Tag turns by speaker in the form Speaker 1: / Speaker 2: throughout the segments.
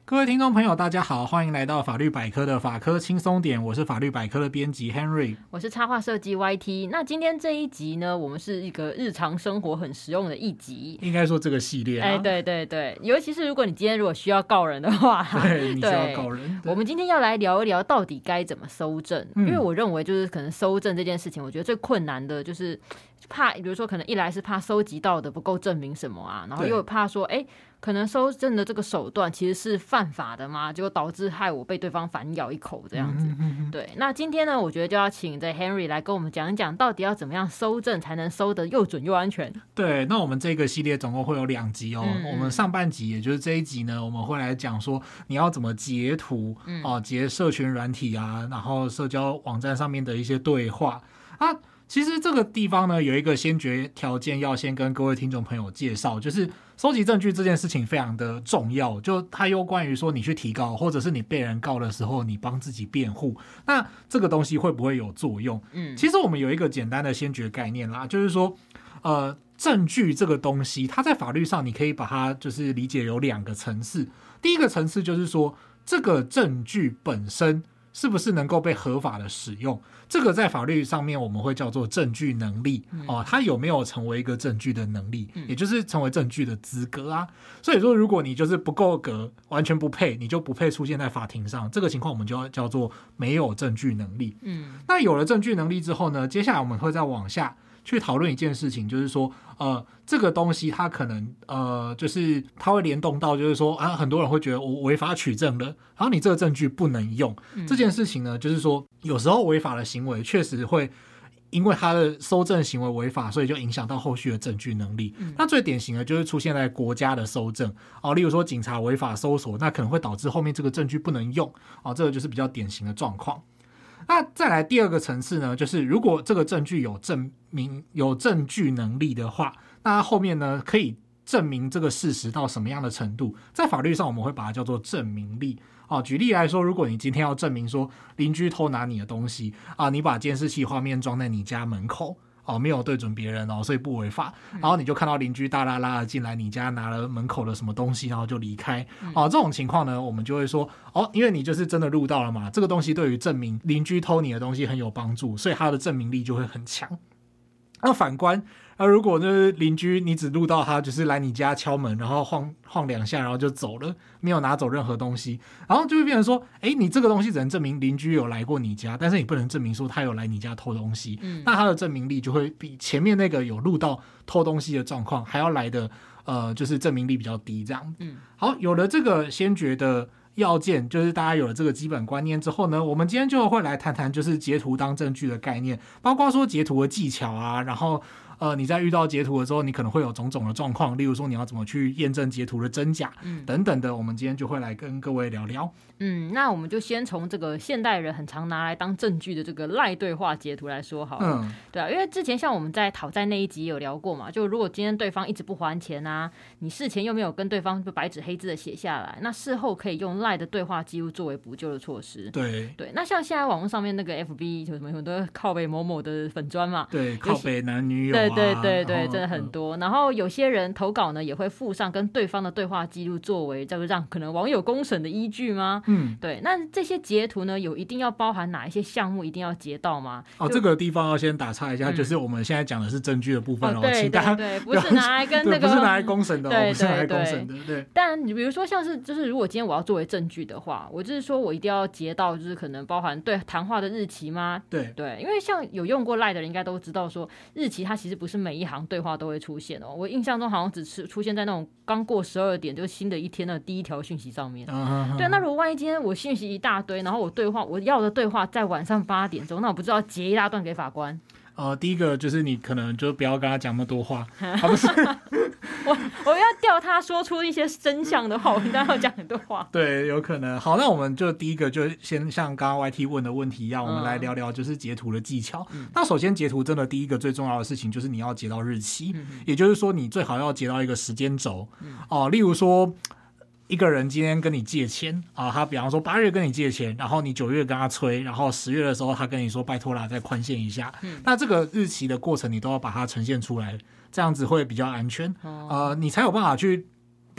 Speaker 1: 各位听众朋友大家好，欢迎来到法律百科的法科轻松点，我是法律百科的编辑 Henry，
Speaker 2: 我是插画设计 YT。 那今天这一集呢，我们是一个日常生活很实用的一集，
Speaker 1: 应该说这个系列
Speaker 2: 对对对，尤其是如果你今天如果需要告人的话，
Speaker 1: 对，你需要告人，
Speaker 2: 我们今天要来聊一聊到底该怎么搜证，因为我认为就是可能搜证这件事情，我觉得最困难的就是怕，比如说可能一来是怕收集到的不够证明什么啊，然后又怕说可能搜证的这个手段其实是犯法的嘛，结果导致害我被对方反咬一口这样子。对，那今天呢，我觉得就要请这 Henry 来跟我们讲一讲，到底要怎么样搜证才能搜得又准又安全。
Speaker 1: 对，那我们这个系列总共会有2集哦。我们上半集也就是这一集呢，我们会来讲说你要怎么截图截社群软体啊，然后社交网站上面的一些对话啊。其实这个地方呢，有一个先决条件要先跟各位听众朋友介绍，就是收集证据这件事情非常的重要，就它有关于说你去提告，或者是你被人告的时候，你帮自己辩护，那这个东西会不会有作用？其实我们有一个简单的先决概念啦，就是说证据这个东西，它在法律上你可以把它就是理解有2个层次。第一个层次就是说，这个证据本身是不是能够被合法的使用，这个在法律上面我们会叫做证据能力它有没有成为一个证据的能力，也就是成为证据的资格啊。所以说如果你就是不够格，完全不配，你就不配出现在法庭上，这个情况我们就要叫做没有证据能力。那有了证据能力之后呢，接下来我们会再往下去讨论一件事情，就是说这个东西它可能就是它会联动到就是说很多人会觉得我违法取证了，然后你这个证据不能用，这件事情呢，就是说有时候违法的行为确实会因为他的搜证行为违法，所以就影响到后续的证据能力。那最典型的就是出现在国家的搜证例如说警察违法搜索，那可能会导致后面这个证据不能用这个就是比较典型的状况。那再来第2个层次呢，就是如果这个证据有证据能力的话，那后面呢可以证明这个事实到什么样的程度，在法律上我们会把它叫做证明力。举例来说，如果你今天要证明说邻居偷拿你的东西你把监视器画面装在你家门口没有对准别人所以不违法，然后你就看到邻居大拉拉的进来你家拿了门口的什么东西然后就离开这种情况呢，我们就会说因为你就是真的录到了嘛，这个东西对于证明邻居偷你的东西很有帮助，所以它的证明力就会很强。那反观如果就是邻居你只录到他就是来你家敲门，然后晃2下然后就走了，没有拿走任何东西，然后就会变成说你这个东西只能证明邻居有来过你家，但是你不能证明说他有来你家偷东西那他的证明力就会比前面那个有录到偷东西的状况还要来的就是证明力比较低这样。好，有了这个先决的要件，就是大家有了这个基本观念之后呢，我们今天就会来谈谈就是截图当证据的概念，包括说截图的技巧啊，然后你在遇到截图的时候你可能会有种种的状况，例如说你要怎么去验证截图的真假等等的，我们今天就会来跟各位聊聊。
Speaker 2: 那我们就先从这个现代人很常拿来当证据的这个赖对话截图来说好了。对啊，因为之前像我们在讨债那一集有聊过嘛，就如果今天对方一直不还钱啊，你事前又没有跟对方白纸黑字的写下来，那事后可以用赖的对话记录作为补救的措施。
Speaker 1: 对，
Speaker 2: 那像现在网络上面那个 FB 有什么很多靠北某某的粉专嘛，
Speaker 1: 对，靠北男女友
Speaker 2: 对，真的很多。然后有些人投稿呢也会附上跟对方的对话记录作为让可能网友公审的依据吗？对，那这些截图呢有一定要包含哪一些项目一定要截到吗？
Speaker 1: 这个地方要先打岔一下，就是我们现在讲的是证据的部分
Speaker 2: 对，不是拿来跟那个
Speaker 1: 不是拿来公审的不是拿来公审的。对，
Speaker 2: 但你比如说像是就是如果今天我要作为证据的话，我就是说我一定要截到就是可能包含对谈话的日期吗？对，因为像有用过 LINE 的人应该都知道说日期它其实不是每一行对话都会出现我印象中好像只是出现在那种刚过12点就是新的一天的第一条讯息上面。对，那如果万一今天我讯息一大堆，然后我要的对话在晚上8点钟，那我不知道截一大段给法官。
Speaker 1: 第一个就是你可能就不要跟他讲那么多话不是
Speaker 2: 我要调他说出一些真相的话，我应该要讲很多话。
Speaker 1: 对，有可能。好，那我们就第一个就先像刚刚 YT 问的问题一样，我们来聊聊就是截图的技巧。那首先截图真的第一个最重要的事情就是你要截到日期，也就是说你最好要截到一个时间轴例如说一个人今天跟你借钱他比方说8月跟你借钱，然后你9月跟他催，然后10月的时候他跟你说拜托啦再宽限一下那这个日期的过程你都要把它呈现出来，这样子会比较安全你才有办法去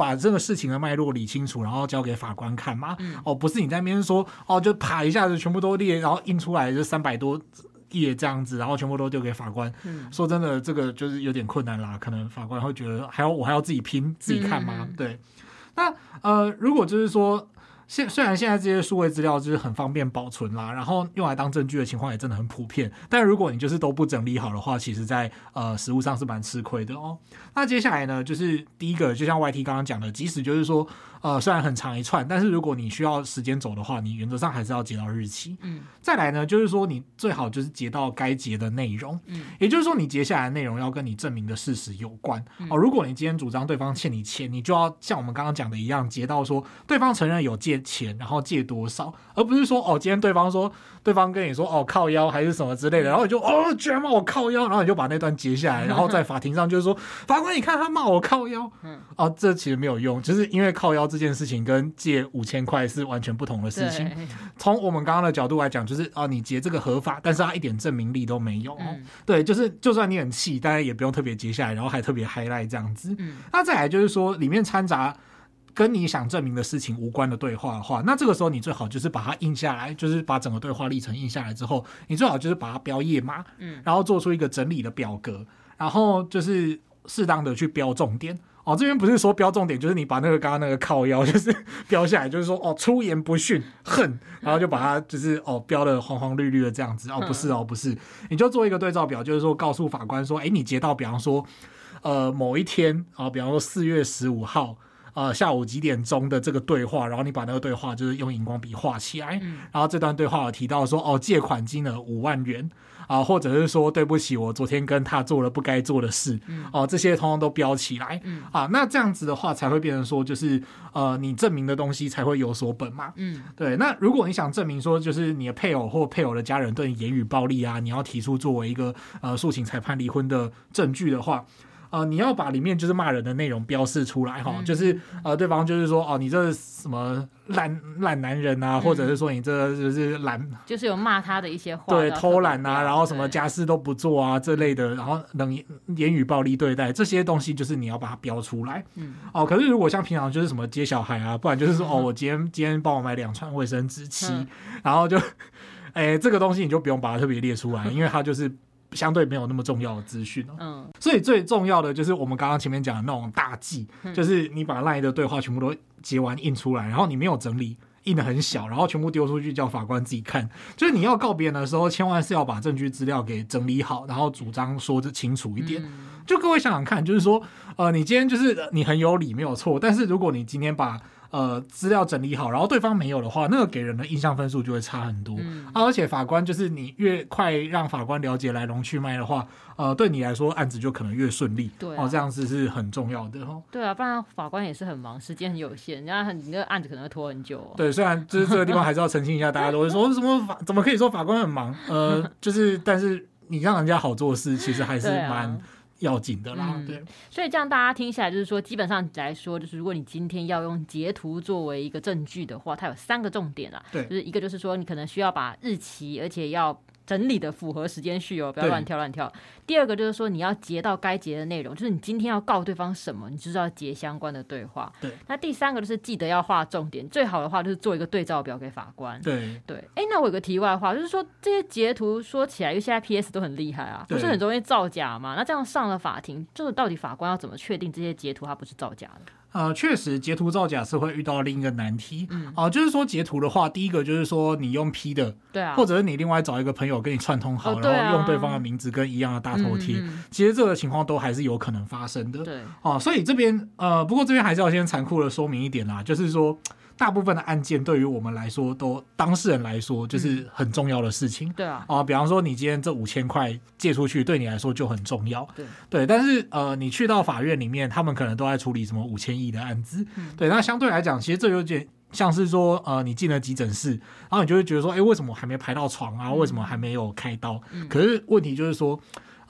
Speaker 1: 把这个事情的脉络理清楚，然后交给法官看嘛。不是你在那边说就啪一下子全部都列，然后印出来就300多页这样子，然后全部都丢给法官。说真的，这个就是有点困难啦，可能法官会觉得我还要自己拼自己看吗？对。那如果就是说虽然现在这些数位资料就是很方便保存啦，然后用来当证据的情况也真的很普遍，但如果你就是都不整理好的话，其实在实务上是蛮吃亏的哦。那接下来呢，就是第一个，就像 YT 刚刚讲的，即使就是说虽然很长一串，但是如果你需要时间走的话，你原则上还是要截到日期。再来呢，就是说你最好就是截到该截的内容。也就是说你截下来的内容要跟你证明的事实有关。如果你今天主张对方欠你钱，你就要像我们刚刚讲的一样，截到说对方承认有借钱，然后借多少，而不是说今天对方跟你说靠腰还是什么之类的，然后你就居然骂我靠腰，然后你就把那段截下来，然后在法庭上就是说法官你看他骂我靠腰。这其实没有用，就是因为靠腰这件事情跟借5000块是完全不同的事情。从我们刚刚的角度来讲，就是你截这个合法，但是他一点证明力都没有。对，就是就算你很气，大家也不用特别截下来，然后还特别 highlight 这样子。那再来就是说里面掺杂跟你想证明的事情无关的对话的话，那这个时候你最好就是把它印下来，就是把整个对话历程印下来之后，你最好就是把它标页码，然后做出一个整理的表格，然后就是适当的去标重点。这边不是说标重点，就是你把那个刚刚那个靠腰就是标下来，就是说出言不逊恨，然后就把它就是标的黄黄绿绿的这样子。不是，你就做一个对照表，就是说告诉法官说你截到比方说某一天比方说4月15号下午几点钟的这个对话，然后你把那个对话就是用荧光笔画起来，然后这段对话有提到说借款金额5万元或者是说对不起我昨天跟他做了不该做的事这些通通都标起来那这样子的话才会变成说就是你证明的东西才会有所本嘛。对。那如果你想证明说就是你的配偶或配偶的家人对你言语暴力你要提出作为一个诉请裁判离婚的证据的话，你要把里面就是骂人的内容标示出来就是对方就是说你这是什么烂男人或者是说你这就是懒，
Speaker 2: 就是有骂他的一些话，
Speaker 1: 对，偷懒然后什么家事都不做这类的，然后言语暴力对待，这些东西就是你要把它标出来。可是如果像平常就是什么接小孩不然就是说我今天帮我买2串卫生纸漆，然后就这个东西你就不用把它特别列出来，因为它就是相对没有那么重要的资讯所以最重要的就是我们刚刚前面讲的那种大忌，就是你把 LINE 的对话全部都截完印出来，然后你没有整理，印得很小，然后全部丢出去叫法官自己看。就是你要告别人的时候，千万是要把证据资料给整理好，然后主张说得清楚一点。就各位想想看，就是说你今天就是你很有理没有错，但是如果你今天把资料整理好，然后对方没有的话，那个给人的印象分数就会差很多而且法官就是你越快让法官了解来龙去脉的话对你来说案子就可能越顺利。
Speaker 2: 对
Speaker 1: 这样子是很重要的
Speaker 2: 对不然法官也是很忙，时间很有限，你那个案子可能会拖很久
Speaker 1: 对，虽然就是这个地方还是要澄清一下，大家都会说怎么可以说法官很忙就是但是你让人家好做事其实还是蛮要紧的啦。对，
Speaker 2: 所以这样大家听起来就是说，基本上来说，就是如果你今天要用截图作为一个证据的话，它有3个重点啦。
Speaker 1: 对，
Speaker 2: 就是一个就是说，你可能需要把日期，而且要整理的符合时间序不要乱跳。第二个就是说，你要截到该截的内容，就是你今天要告对方什么，你就是要截相关的对话。
Speaker 1: 对。
Speaker 2: 那第3个就是记得要画重点，最好的话就是做一个对照表给法官。
Speaker 1: 对。
Speaker 2: 那我有个题外话，就是说这些截图说起来，因为现在 PS 都很厉害不是很容易造假嘛？那这样上了法庭，就是到底法官要怎么确定这些截图它不是造假的？
Speaker 1: 确实截图造假是会遇到另一个难题就是说截图的话，第一个就是说你用 P 的或者是你另外找一个朋友跟你串通好然后用对方的名字跟一样的大头贴其实这个情况都还是有可能发生的。
Speaker 2: 对
Speaker 1: 所以这边不过这边还是要先残酷的说明一点啦，就是说大部分的案件对于我们来说都当事人来说就是很重要的事情。
Speaker 2: 对
Speaker 1: 比方说你今天这5000块借出去对你来说就很重要。
Speaker 2: 对，
Speaker 1: 但是你去到法院里面他们可能都在处理什么5000亿的案子对，那相对来讲其实这有点像是说你进了急诊室，然后你就会觉得说为什么我还没排到床为什么还没有开刀可是问题就是说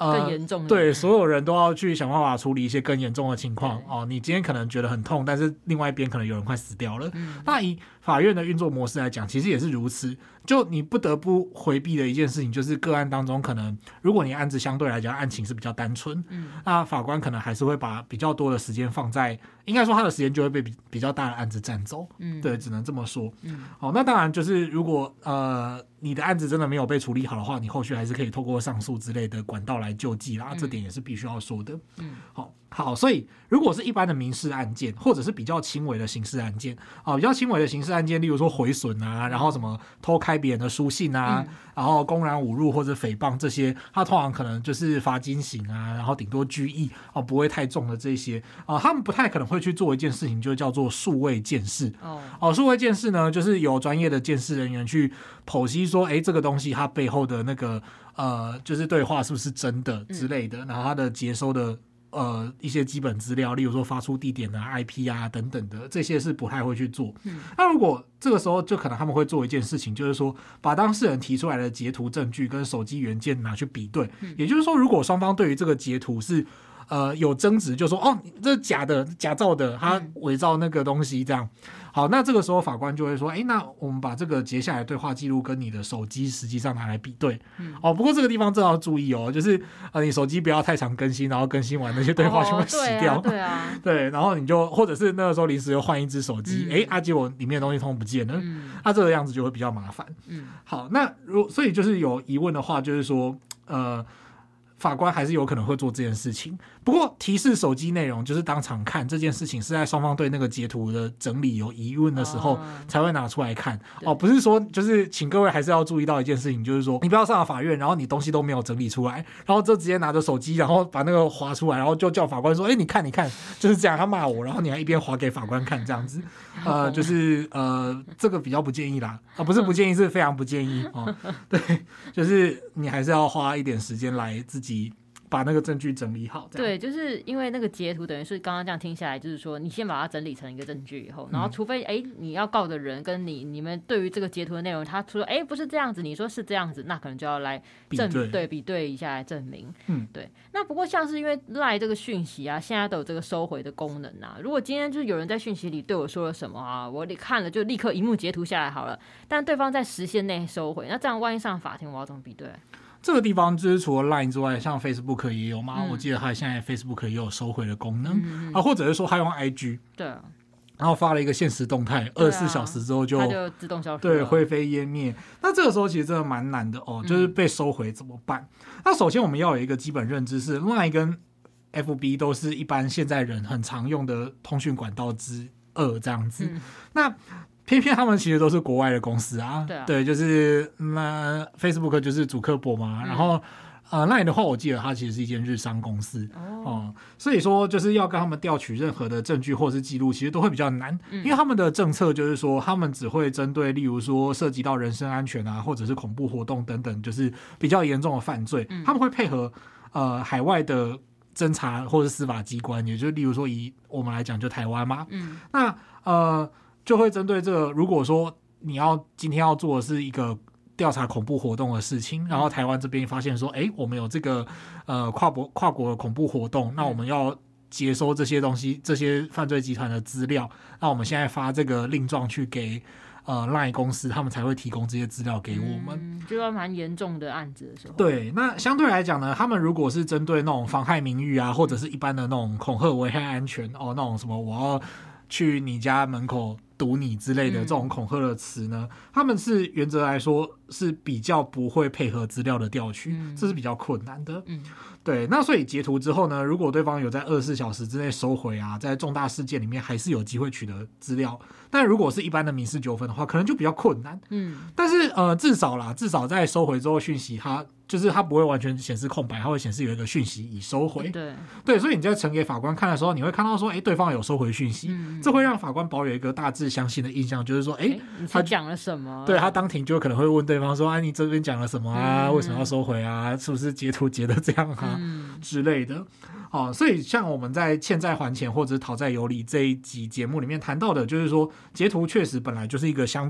Speaker 2: 更严重的，
Speaker 1: 对，所有人都要去想办法处理一些更严重的情况哦。你今天可能觉得很痛，但是另外一边可能有人快死掉了。那以法院的运作模式来讲，其实也是如此。就你不得不回避的一件事情，就是个案当中可能，如果你案子相对来讲案情是比较单纯，那法官可能还是会把比较多的时间放在，应该说他的时间就会被比较大的案子占走。对，只能这么说。好，那当然就是如果你的案子真的没有被处理好的话，你后续还是可以透过上诉之类的管道来救济啦，这点也是必须要说的。好，所以如果是一般的民事案件，或者是比较轻微的刑事案件，比较轻微的刑事案件，例如说毁损啊，然后什么偷开别人的书信啊，然后公然侮辱或者诽谤这些，它通常可能就是罚金刑啊，然后顶多拘役不会太重的这些他们不太可能会去做一件事情，就叫做数位鉴识。数位鉴识呢，就是有专业的鉴识人员去剖析说，这个东西它背后的那个就是对话是不是真的之类的，然后它的接收的一些基本资料，例如说发出地点啊、IP 啊等等的，这些是不太会去做。那如果这个时候就可能他们会做一件事情，就是说把当事人提出来的截图证据跟手机原件拿去比对。也就是说，如果双方对于这个截图是有争执，就说这是假的、假造的，他伪造那个东西这样。好，那这个时候法官就会说，那我们把这个截下来的对话记录跟你的手机实际上拿来比对。不过这个地方真的要注意就是你手机不要太常更新，然后更新完那些对话全部洗掉。
Speaker 2: 对啊，
Speaker 1: 对，然后你就或者是那个时候临时又换一只手机，结果里面的东西通通不见了，这个样子就会比较麻烦。好，那所以就是有疑问的话，就是说法官还是有可能会做这件事情，不过提示手机内容就是当场看这件事情是在双方对那个截图的整理有疑问的时候才会拿出来看。不是说就是请各位还是要注意到一件事情，就是说你不要上了法院，然后你东西都没有整理出来，然后就直接拿着手机，然后把那个滑出来，然后就叫法官说你看就是这样，他骂我，然后你还一边滑给法官看这样子。就是这个比较不建议啦，不是不建议，是非常不建议对，就是你还是要花一点时间来自己把那个证据整理好。
Speaker 2: 对，就是因为那个截图等于是刚刚这样听下来，就是说你先把它整理成一个证据以后，然后除非你要告的人跟你们对于这个截图的内容，他说不是这样子，你说是这样子，那可能就要来比对一下来证明。对。那不过像是因为LINE这个讯息啊，现在都有这个收回的功能啊。如果今天就是有人在讯息里对我说了什么啊，我看了就立刻萤幕截图下来好了，但对方在时限内收回，那这样万一上法庭，我要怎么比对？
Speaker 1: 这个地方就是除了 LINE 之外，像 Facebook 也有嘛，我记得它现在 Facebook 也有收回的功能或者是说它用 IG
Speaker 2: 对，
Speaker 1: 然后发了一个限时动态，24小时之后
Speaker 2: 它就自动消失了，
Speaker 1: 对，灰飞烟灭。那这个时候其实真的蛮难的就是被收回怎么办？那首先我们要有一个基本认知是 LINE 跟 FB 都是一般现在人很常用的通讯管道之二这样子。那偏偏他们其实都是国外的公司对，就是Facebook 就是祖克伯嘛，然后LINE 的话，我记得它其实是一间日商公司所以说就是要跟他们调取任何的证据或是记录，其实都会比较难，因为他们的政策就是说，他们只会针对例如说涉及到人身安全或者是恐怖活动等等，就是比较严重的犯罪，他们会配合海外的侦查或是司法机关，也就是例如说以我们来讲就台湾嘛，那就会针对这个，如果说你今天要做的是一个调查恐怖活动的事情，然后台湾这边发现说我们有这个跨国的恐怖活动，那我们要接收这些东西，这些犯罪集团的资料，那我们现在发这个令状去给LINE 公司，他们才会提供这些资料给我们，
Speaker 2: 就要蛮严重的案子的时候。
Speaker 1: 对，那相对来讲呢，他们如果是针对那种妨害名誉或者是一般的那种恐吓危害安全那种什么我要去你家门口堵你之类的这种恐吓的词呢，他们是原则来说是比较不会配合资料的调取，这是比较困难的。对，那所以截图之后呢，如果对方有在24小时之内收回在重大事件里面还是有机会取得资料，但如果是一般的民事纠纷的话，可能就比较困难。但是至少在收回之后讯息它不会完全显示空白，它会显示有一个讯息已收回。对，所以你在呈给法官看的时候，你会看到说对方有收回讯息，这会让法官保有一个大致相信的印象，就是说
Speaker 2: 他讲了什么，
Speaker 1: 对，他当庭就可能会问对方说你这边讲了什么为什么要收回是不是截图截的这样之类的。所以像我们在欠债还钱或者讨债有理这一集节目里面谈到的，就是说截图确实本来就是一个相对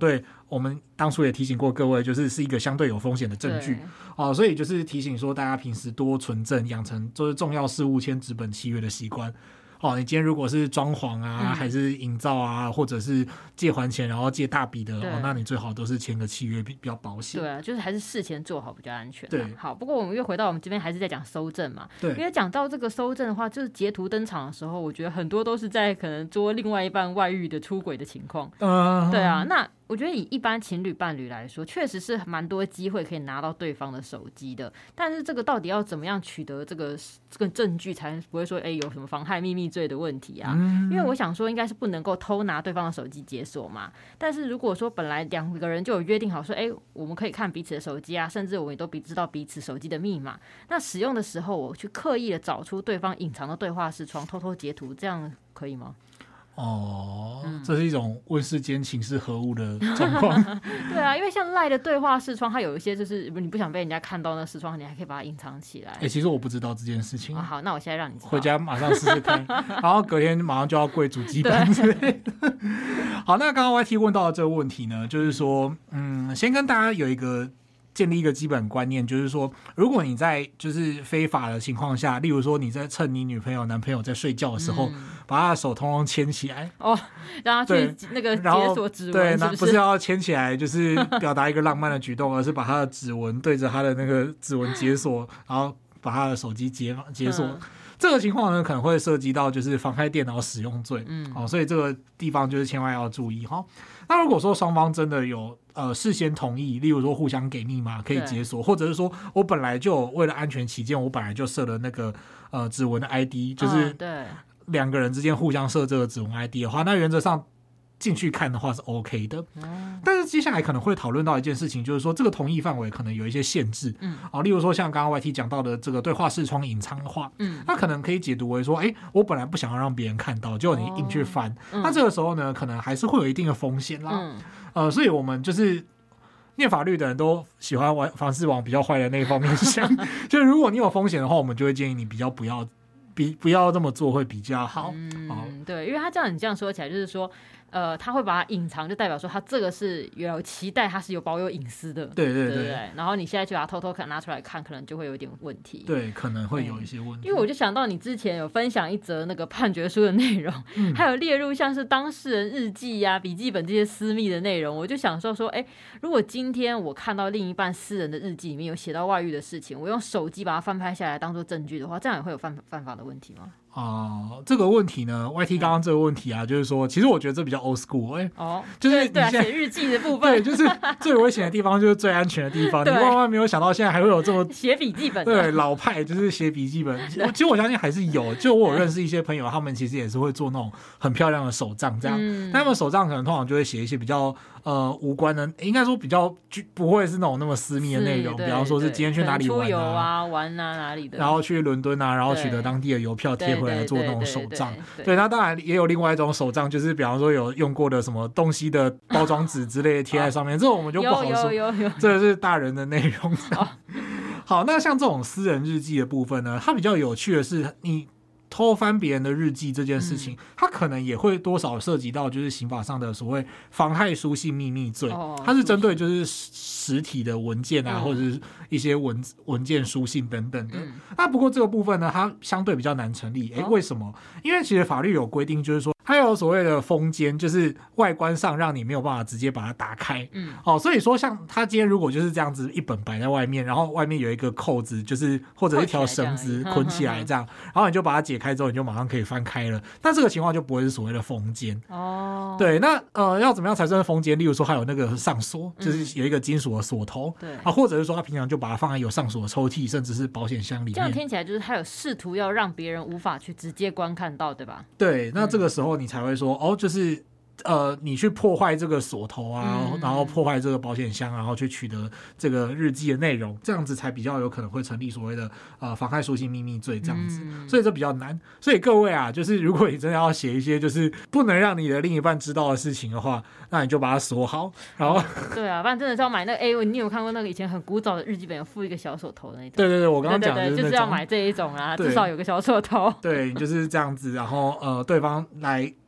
Speaker 1: 我们当初也提醒过各位，就是一个相对有风险的证据所以就是提醒说大家平时多存证，养成就是重要事务签纸本契约的习惯。你今天如果是装潢啊，还是营造啊，或者是借还钱然后借大笔的那你最好都是签个契约比较保险。
Speaker 2: 对啊，就是还是事前做好比较安全。
Speaker 1: 对，
Speaker 2: 好，不过我们又回到我们这边还是在讲搜证嘛。
Speaker 1: 对，
Speaker 2: 因为讲到这个搜证的话，就是截图登场的时候，我觉得很多都是在可能做另外一半外遇的出轨的情况。对啊，那我觉得以一般情侣伴侣来说，确实是蛮多机会可以拿到对方的手机的，但是这个到底要怎么样取得这个证据，才不会说有什么妨害秘密罪的问题啊？因为我想说应该是不能够偷拿对方的手机解锁嘛。但是如果说本来两个人就有约定好说我们可以看彼此的手机啊，甚至我们也都知道彼此手机的密码，那使用的时候我去刻意的找出对方隐藏的对话视窗，偷偷截图，这样可以吗？
Speaker 1: 这是一种问世间情是何物的状况。
Speaker 2: 对啊，因为像赖的对话视窗，它有一些就是你不想被人家看到那视窗，你还可以把它隐藏起来。
Speaker 1: 其实我不知道这件事情。
Speaker 2: 好，那我现在让你知道，
Speaker 1: 回家马上试试看，然后隔天马上就要跪主机板之类的。好，那刚刚 YT 问到的这个问题呢，就是说，先跟大家建立一个基本观念，就是说，如果你在就是非法的情况下，例如说你在趁你女朋友男朋友在睡觉的时候，把他的手通通牵起来
Speaker 2: 让他去那个解锁指纹，
Speaker 1: 对，那不是要牵起来就是表达一个浪漫的举动，而是把他的指纹对着他的那个指纹解锁，然后把他的手机解锁。这个情况呢，可能会涉及到就是妨害电脑使用罪，所以这个地方就是千万要注意哈。那如果说双方真的有事先同意，例如说互相给密码可以解锁，或者是说我本来就为了安全起见，我本来就设了那个指纹的 ID， 就是两个人之间互相设这个指纹 ID 的话，那原则上进去看的话是 OK 的。但是接下来可能会讨论到一件事情，就是说这个同意范围可能有一些限制。例如说像刚刚 YT 讲到的这个对话视窗隐藏的话，那可能可以解读为说，我本来不想要让别人看到，结果你硬去翻，那这个时候呢，可能还是会有一定的风险啦。所以我们就是念法律的人都喜欢凡事往比较坏的那一方面想，就如果你有风险的话，我们就会建议你比较不要这么做会比较好。
Speaker 2: 对，因为你这样说起来，就是说，他会把它隐藏，就代表说他这个是有期待，他是有保有隐私的。对。然后你现在去把它偷偷拿出来看，可能就会有点问题。
Speaker 1: 对，可能会有一些问题。
Speaker 2: 因为我就想到你之前有分享一则那个判决书的内容，还有列入像是当事人日记啊、笔记本这些私密的内容，我就想说，如果今天我看到另一半私人的日记里面有写到外遇的事情，我用手机把它翻拍下来当做证据的话，这样也会有犯法的问题吗？
Speaker 1: 这个问题呢 ，YT 刚刚这个问题啊，就是说，其实我觉得这比较 old school，就是
Speaker 2: 对写日记的部分，
Speaker 1: 对，就是最危险的地方就是最安全的地方，你万万没有想到现在还会有这么
Speaker 2: 写笔记本，
Speaker 1: 对，老派就是写笔记本，其实我相信还是有，就我有认识一些朋友，他们其实也是会做那种很漂亮的手账这样，但他们手账可能通常就会写一些比较无关的，应该说比较不会是那种那么私密的内容，比方说是今天去哪里玩
Speaker 2: 出游啊、玩啊哪里的，
Speaker 1: 然后去伦敦啊，然后取得当地的邮票贴回来做那种手账。对，那当然也有另外一种手账，就是比方说有用过的什么东西的包装纸之类的贴在上面，这种我们就不好说，
Speaker 2: 有
Speaker 1: 这是大人的内容。好，那像这种私人日记的部分呢，它比较有趣的是你偷翻别人的日记这件事情，它可能也会多少涉及到就是刑法上的所谓妨害书信秘密罪，它是针对就是实体的文件啊，或者是一些文件书信等等的。那不过这个部分呢，它相对比较难成立。为什么？因为其实法律有规定，就是说它有所谓的封缄，就是外观上让你没有办法直接把它打开。所以说像他今天如果就是这样子一本摆在外面，然后外面有一个扣子，就是或者一条绳子捆起来这样，然后你就把它解开之后，你就马上可以翻开了。那这个情况就不会是所谓的封缄。对，那要怎么样才算是封缄？例如说还有那个上锁，就是有一个金属的锁头，或者是说他平常就把它放在有上锁的抽屉，甚至是保险箱里面。
Speaker 2: 这样听起来就是他有试图要让别人无法去直接观看到，对吧？
Speaker 1: 对，那这个时候你才会说就是你去破坏这个锁头啊，然后破坏这个保险箱，然后去取得这个日记的内容，这样子才比较有可能会成立所谓的妨害书信秘密罪这样子，所以这比较难。所以各位啊，就是如果你真的要写一些就是不能让你的另一半知道的事情的话，那你就把它锁好，然后
Speaker 2: 对啊，不然真的是要买那个你有看过那个以前很古早的日记本有附一个小锁头的那种？
Speaker 1: 对，我刚刚讲的
Speaker 2: 就是要买这一种啊，至少有个小锁头。
Speaker 1: 对，就是这样子，然后对方来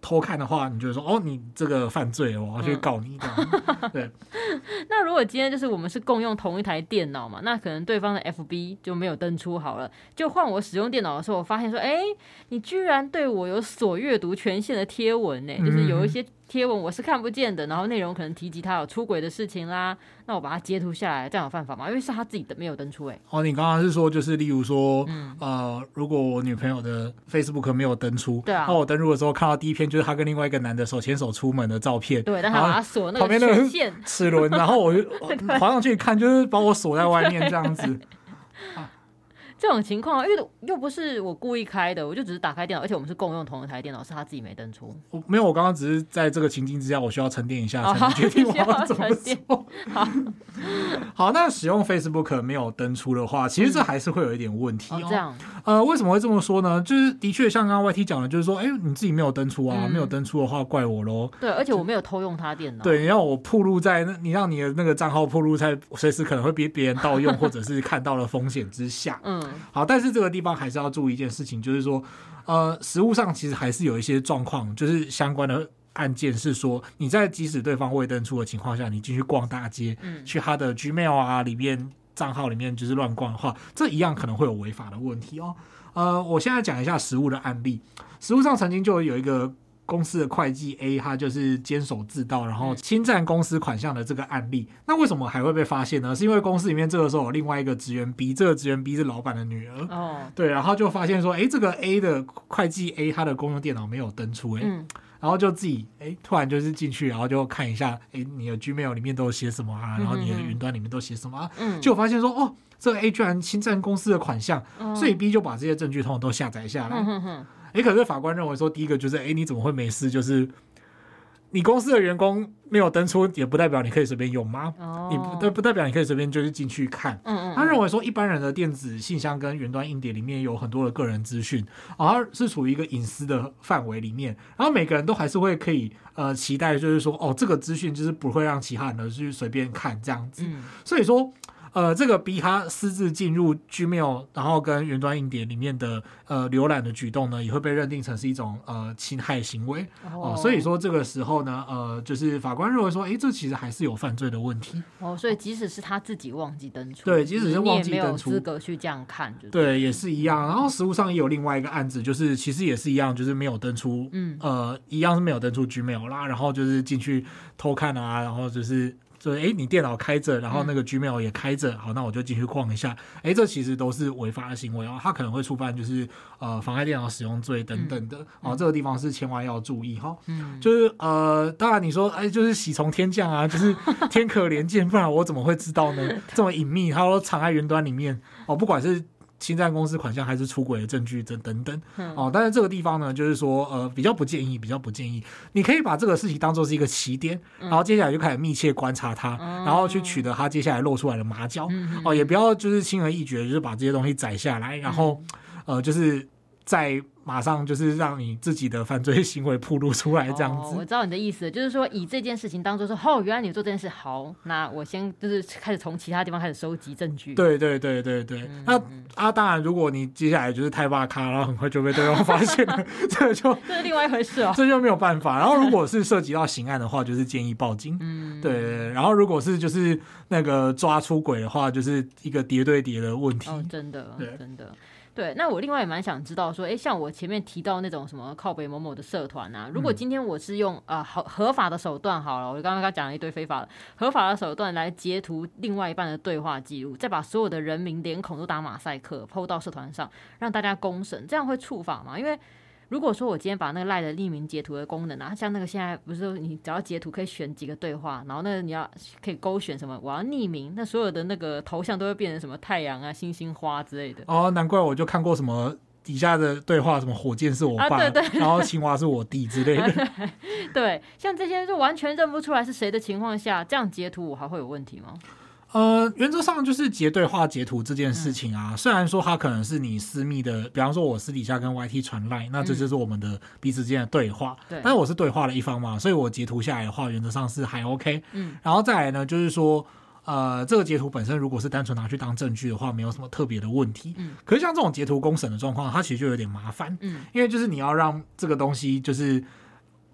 Speaker 1: 偷看的话，你就会说你这个犯罪了，我要去告你这样。对。
Speaker 2: 那如果今天就是我们是共用同一台电脑嘛，那可能对方的 FB 就没有登出好了，就换我使用电脑的时候，我发现说，你居然对我有锁阅读权限的贴文呢，就是有一些贴文我是看不见的，然后内容可能提及他有出轨的事情啦，那我把它截图下来，这样有犯法吗？因为是他自己的没有登出。
Speaker 1: 你刚刚是说就是例如说，如果我女朋友的 Facebook 没有登出，
Speaker 2: 对啊，
Speaker 1: 那我登入的时候看到第一篇就是他跟另外一个男的手牵手出门的照片，
Speaker 2: 对，但他把他锁那个权限
Speaker 1: 齿轮，然后我就滑上去看，就是把我锁在外面这样子。
Speaker 2: 这种情况，因为又不是我故意开的，我就只是打开电脑，而且我们是共用同一台电脑，是他自己没登出。
Speaker 1: 没有，我刚刚只是在这个情境之下，我需要沉淀一下，才能决定我要怎么做。好，那使用 Facebook 没有登出的话，其实这还是会有一点问题。
Speaker 2: 这样，
Speaker 1: 为什么会这么说呢？就是的确像刚刚 YT 讲的，就是说，你自己没有登出啊，没有登出的话，怪我咯。
Speaker 2: 对，而且我没有偷用他电脑。
Speaker 1: 对，你让我暴露在你让你的那个账号暴露在随时可能会被别人盗用或者是看到的风险之下。好，但是这个地方还是要注意一件事情，就是说，实务上其实还是有一些状况，就是相关的案件是说，你在即使对方未登出的情况下，你进去逛大街，去他的 Gmail 啊里面账号里面就是乱逛的话，这一样可能会有违法的问题哦。我现在讲一下实务的案例，实务上曾经就有一个公司的会计 A， 他就是监守自盗，然后侵占公司款项的这个案例。那为什么还会被发现呢？是因为公司里面这个时候有另外一个职员 B， 这个职员 B 是老板的女儿。对，然后就发现说，这个 A 的会计 A 他的公用电脑没有登出，然后就自己突然就是进去，然后就看一下，你的 Gmail 里面都有写什么啊，然后你的云端里面都写什么啊，就发现说，这个 A 居然侵占公司的款项，所以 B 就把这些证据通通都下载下来。可是法官认为说，第一个就是你怎么会没事？就是你公司的员工没有登出，也不代表你可以随便用吗？你不代表你可以随便就是进去看。他认为说，一般人的电子信箱跟云端硬碟里面有很多的个人资讯，它是处于一个隐私的范围里面，然后每个人都还是会可以期待，就是说这个资讯就是不会让其他人去随便看这样子。所以说。这个逼他私自进入 Gmail， 然后跟云端硬碟里面的浏览的举动呢，也会被认定成是一种侵害行为。所以说这个时候呢，就是法官认为说，这其实还是有犯罪的问题。
Speaker 2: 所以即使是他自己忘记登出，
Speaker 1: 对，即使是忘记登出，
Speaker 2: 你也没有资格去这样看。
Speaker 1: 对，也是一样。然后实务上也有另外一个案子，就是其实也是一样，就是没有登出，一样是没有登出 Gmail 啦，然后就是进去偷看啊，然后就是你电脑开着，然后那个 Gmail 也开着，好，那我就进去逛一下。这其实都是违法的行为哦，它可能会触犯就是妨碍电脑使用罪等等的。这个地方是千万要注意哈。就是当然你说就是喜从天降啊，就是天可怜见，不然我怎么会知道呢？这么隐秘，它都藏在云端里面不管是侵占公司款项还是出轨的证据等等。但是这个地方呢，就是说比较不建议，你可以把这个事情当作是一个起点，然后接下来就开始密切观察它，然后去取得它接下来露出来的马脚。也不要就是轻而易举的就是把这些东西载下来，然后就是再马上就是让你自己的犯罪行为暴露出来这样子。
Speaker 2: 我知道你的意思，就是说以这件事情当作说，原来你做这件事好，那我先就是开始从其他地方开始收集证据。对。
Speaker 1: 那当然，如果你接下来就是太大咖，然后很快就被对方发现了，这是
Speaker 2: 另外一回事哦，
Speaker 1: 这就没有办法。然后如果是涉及到刑案的话，就是建议报警。对。然后如果是就是那个抓出轨的话，就是一个叠对叠的问题。
Speaker 2: 真的。对，那我另外也蛮想知道说，像我前面提到那种什么靠北某某的社团啊，如果今天我是用合法的手段好了，我刚刚讲了一堆非法的，合法的手段来截图另外一半的对话记录，再把所有的人名脸孔都打马赛克 po 到社团上，让大家公审，这样会触法吗？因为如果说我今天把那个 LINE 的匿名截图的功能啊，像那个现在不是说你只要截图可以选几个对话，然后那你要可以勾选什么我要匿名，那所有的那个头像都会变成什么太阳啊、星星花之类的。
Speaker 1: 难怪我就看过什么底下的对话，什么火箭是我爸，
Speaker 2: 对，
Speaker 1: 然后青蛙是我弟之类的。
Speaker 2: 对，像这些就完全认不出来是谁的情况下，这样截图我还会有问题吗？
Speaker 1: 原则上就是截对话截图这件事情啊，虽然说它可能是你私密的，比方说我私底下跟 YT 传 LINE， 那这就是我们的彼此之间的对话，但是我是对话的一方嘛，所以我截图下来的话，原则上是还 OK。然后再来呢，就是说这个截图本身如果是单纯拿去当证据的话，没有什么特别的问题。可是像这种截图公审的状况，它其实就有点麻烦。因为就是你要让这个东西就是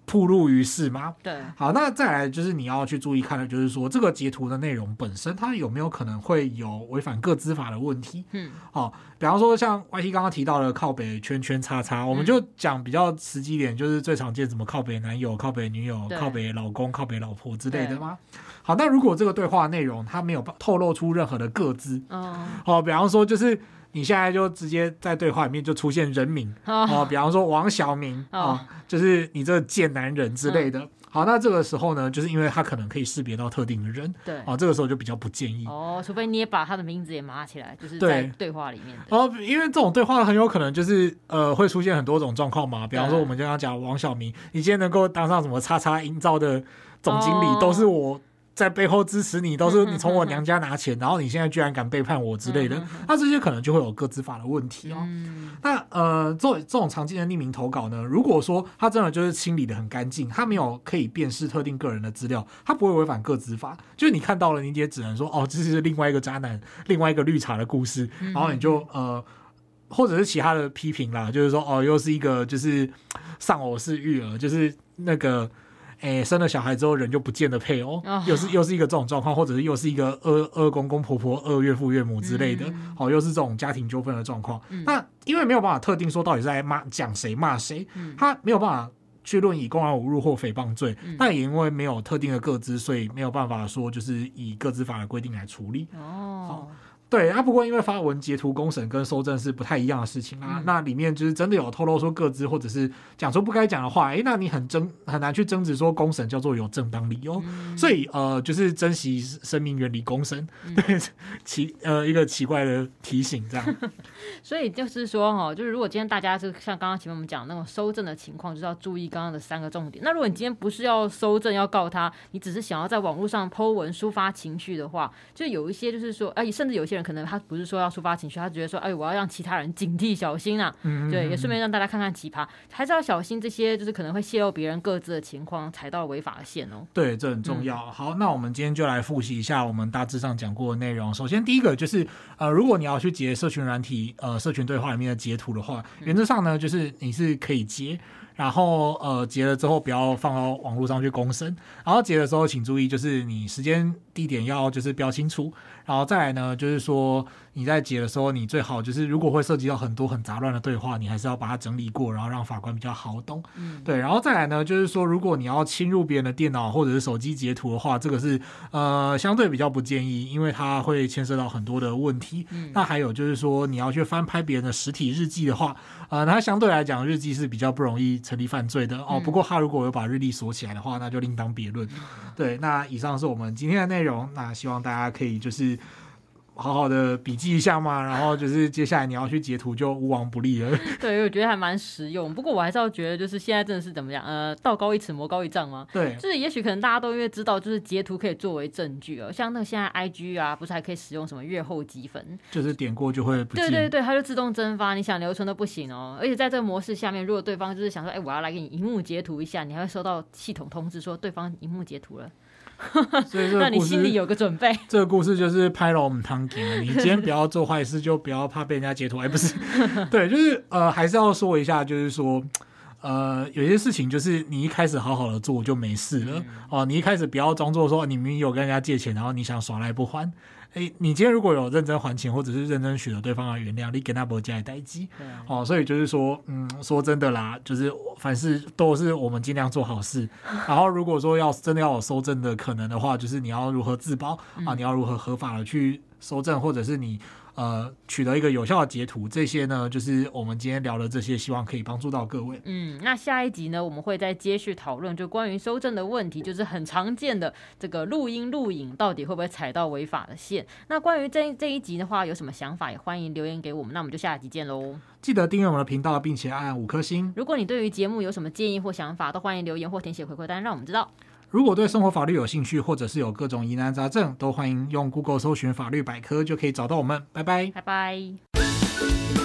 Speaker 1: 暴露于世嘛。
Speaker 2: 对，
Speaker 1: 好，那再来就是你要去注意看的，就是说这个截图的内容本身，它有没有可能会有违反个资法的问题？比方说像 YT 刚刚提到的靠北圈圈叉叉，我们就讲比较实际点，就是最常见什么靠北男友、靠北女友、靠北老公、靠北老婆之类的吗？好，那如果这个对话内容它没有透露出任何的个资，比方说就是你现在就直接在对话里面就出现人名，比方说王小明，就是你这个贱男人之类的。好，那这个时候呢，就是因为他可能可以识别到特定的人，对，这个时候就比较不建议。
Speaker 2: 除非你也把他的名字也码起来，就是在对话里面
Speaker 1: 的。因为这种对话很有可能就是会出现很多种状况嘛，比方说我们刚刚讲王小明，你今天能够当上什么叉叉营造的总经理，都是我在背后支持你，都是你从我娘家拿钱，然后你现在居然敢背叛我之类的，那这些可能就会有个资法的问题哦。那这种常见的匿名投稿呢，如果说他真的就是清理的很干净，他没有可以辨识特定个人的资料，他不会违反个资法，就是你看到了，你也只能说这是另外一个渣男，另外一个绿茶的故事，然后你就或者是其他的批评啦，就是说又是一个就是丧偶式育儿，就是那个生了小孩之后人就不见的配偶，又是一个这种状况，或者是又是一个二公公婆婆、二岳父岳母之类的，又是这种家庭纠纷的状况。那因为没有办法特定说到底是在讲谁骂谁，他没有办法去论以公然侮辱或诽谤罪，但也因为没有特定的个资，所以没有办法说就是以个资法的规定来处理。对不过因为发文截图公审跟搜证是不太一样的事情啊，那里面就是真的有透露出个资或者是讲出不该讲的话，那你很难去争执说公审叫做有正当理由，所以就是珍惜生命，远离公审，对，一个奇怪的提醒这样。
Speaker 2: 所以就是说就是如果今天大家是像刚刚前面我们讲那种搜证的情况，就是要注意刚刚的3个重点。那如果你今天不是要搜证要告他，你只是想要在网络上 po 文抒发情绪的话，就有一些就是说甚至有些人可能他不是说要抒发情绪，他觉得说我要让其他人警惕小心啊，对，也顺便让大家看看奇葩，还是要小心这些就是可能会泄露别人各自的情况，踩到违法的线哦。
Speaker 1: 对，这很重要。好，那我们今天就来复习一下我们大致上讲过的内容。首先第一个就是如果你要去截社群软体社群对话里面的截图的话，原则上呢就是你是可以截，然后截了之后不要放到网络上去公审，然后截的时候请注意就是你时间地点要就是标清楚，然后再来呢就是说你在截的时候你最好就是如果会涉及到很多很杂乱的对话，你还是要把它整理过，然后让法官比较好懂。对，然后再来呢就是说如果你要侵入别人的电脑或者是手机截图的话，这个是相对比较不建议，因为它会牵涉到很多的问题。那还有就是说你要去翻拍别人的实体日记的话，它相对来讲日记是比较不容易成立犯罪的不过他如果有把日历锁起来的话，那就另当别论。对，那以上是我们今天的内容，那希望大家可以就是好好的笔记一下嘛，然后就是接下来你要去截图就无往不利了。
Speaker 2: 对，我觉得还蛮实用。不过我还是要觉得就是现在真的是怎么样道高一尺魔高一丈吗？
Speaker 1: 对，
Speaker 2: 就是也许可能大家都因为知道就是截图可以作为证据像那个现在 IG 不是还可以使用什么阅后积分，
Speaker 1: 就是点过就会不见。
Speaker 2: 对，它就自动蒸发，你想留存都不行而且在这个模式下面，如果对方就是想说我要来给你萤幕截图一下，你还会收到系统通知说对方萤幕截图了。
Speaker 1: 所以
Speaker 2: 那你心里有个准备。
Speaker 1: 这个故事就是拍了我们汤给你今天不要做坏事，就不要怕被人家截图。不是，对，就是还是要说一下，就是说有些事情就是你一开始好好的做就没事了你一开始不要装作说你明明有跟人家借钱，然后你想耍赖不还。你今天如果有认真还钱，或者是认真许了对方的原谅，你跟他没加代志所以就是说说真的啦，就是凡事都是我们尽量做好事然后如果说真的要有搜证的可能的话，就是你要如何自保你要如何合法的去搜证，或者是你取得一个有效的截图，这些呢就是我们今天聊的这些，希望可以帮助到各位。
Speaker 2: 那下一集呢我们会再接续讨论就关于搜证的问题，就是很常见的这个录音录影到底会不会踩到违法的线。那关于这一集的话有什么想法也欢迎留言给我们，那我们就下集见咯。
Speaker 1: 记得订阅我们的频道并且按5颗星。
Speaker 2: 如果你对于节目有什么建议或想法，都欢迎留言或填写回馈单让我们知道。
Speaker 1: 如果对生活法律有兴趣，或者是有各种疑难杂症，都欢迎用 Google 搜寻法律百科就可以找到我们。拜拜，
Speaker 2: 拜拜。